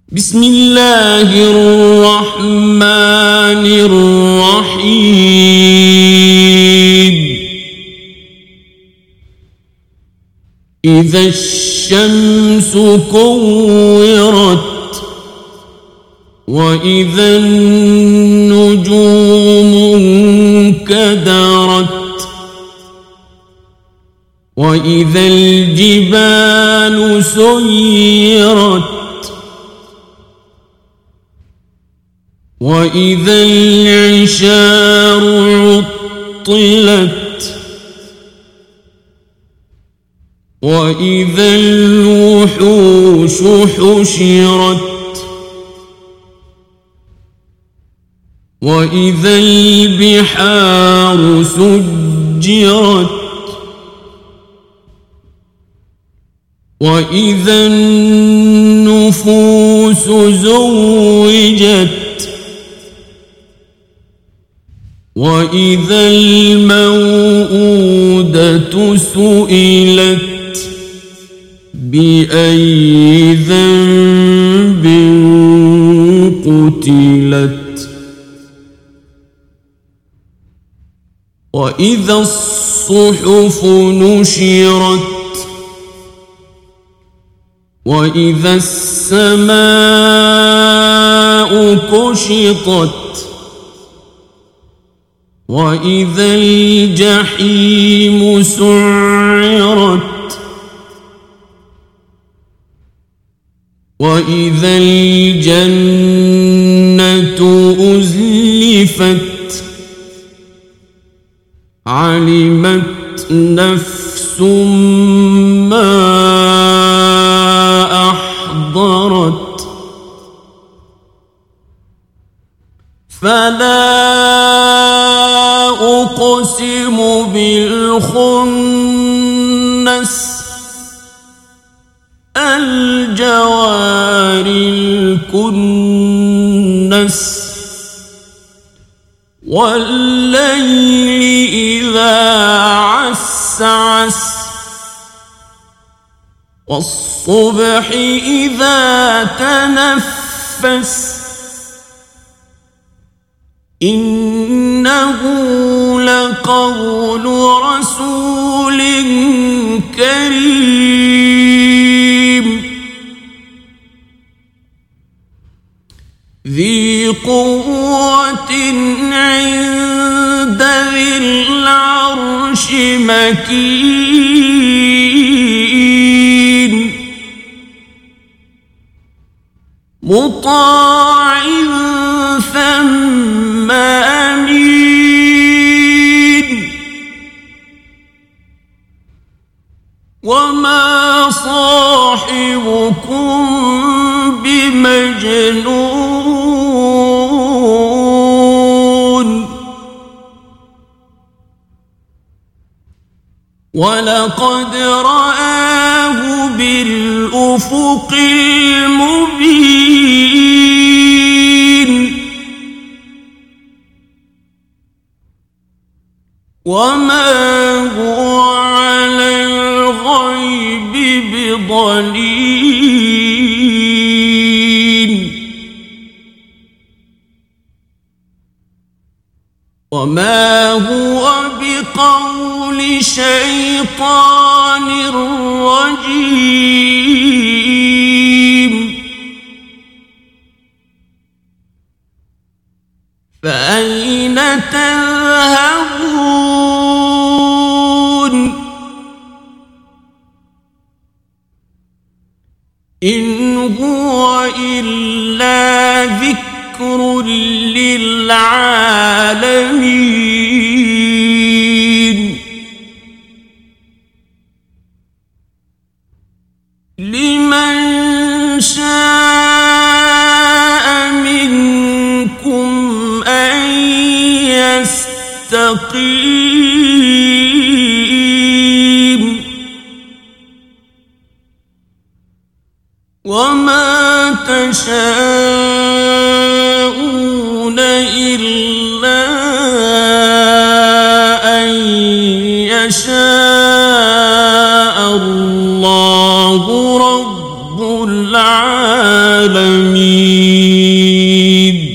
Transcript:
بسم الله الرحمن الرحيم إذا الشمس كورت وإذا النجوم انكدرت وإذا الجبال سيرت وإذا العشار عطلت وإذا الوحوش حشرت وإذا البحار سجرت وإذا النفوس زوجت وإذا الموءودة سئلت بأي ذنب قتلت وإذا الصحف نشرت وإذا السماء كشطت وإذا الجحيم سعرت وإذا الجنة أزلفت علمت نفس ما أحضرت فلا أقسم بالخنس الجوار الكنس والليل إذا عسعس والصبح إذا تنفس إنه لقول رسول كريم ذي قوة عند ذي العرش مكين مطاع ثم أمين وما صاحبكم بمجنون ولقد رآه بالأفق المبين وما هو على الغيب بضنين وما هو بقول شيطان رجيم فأين تذهبون إن هو إلا ذكر للعالمين لمن شاء منكم أن يستقيم وما تشاءون إلا أن يشاء الله رب العالمين. حميد.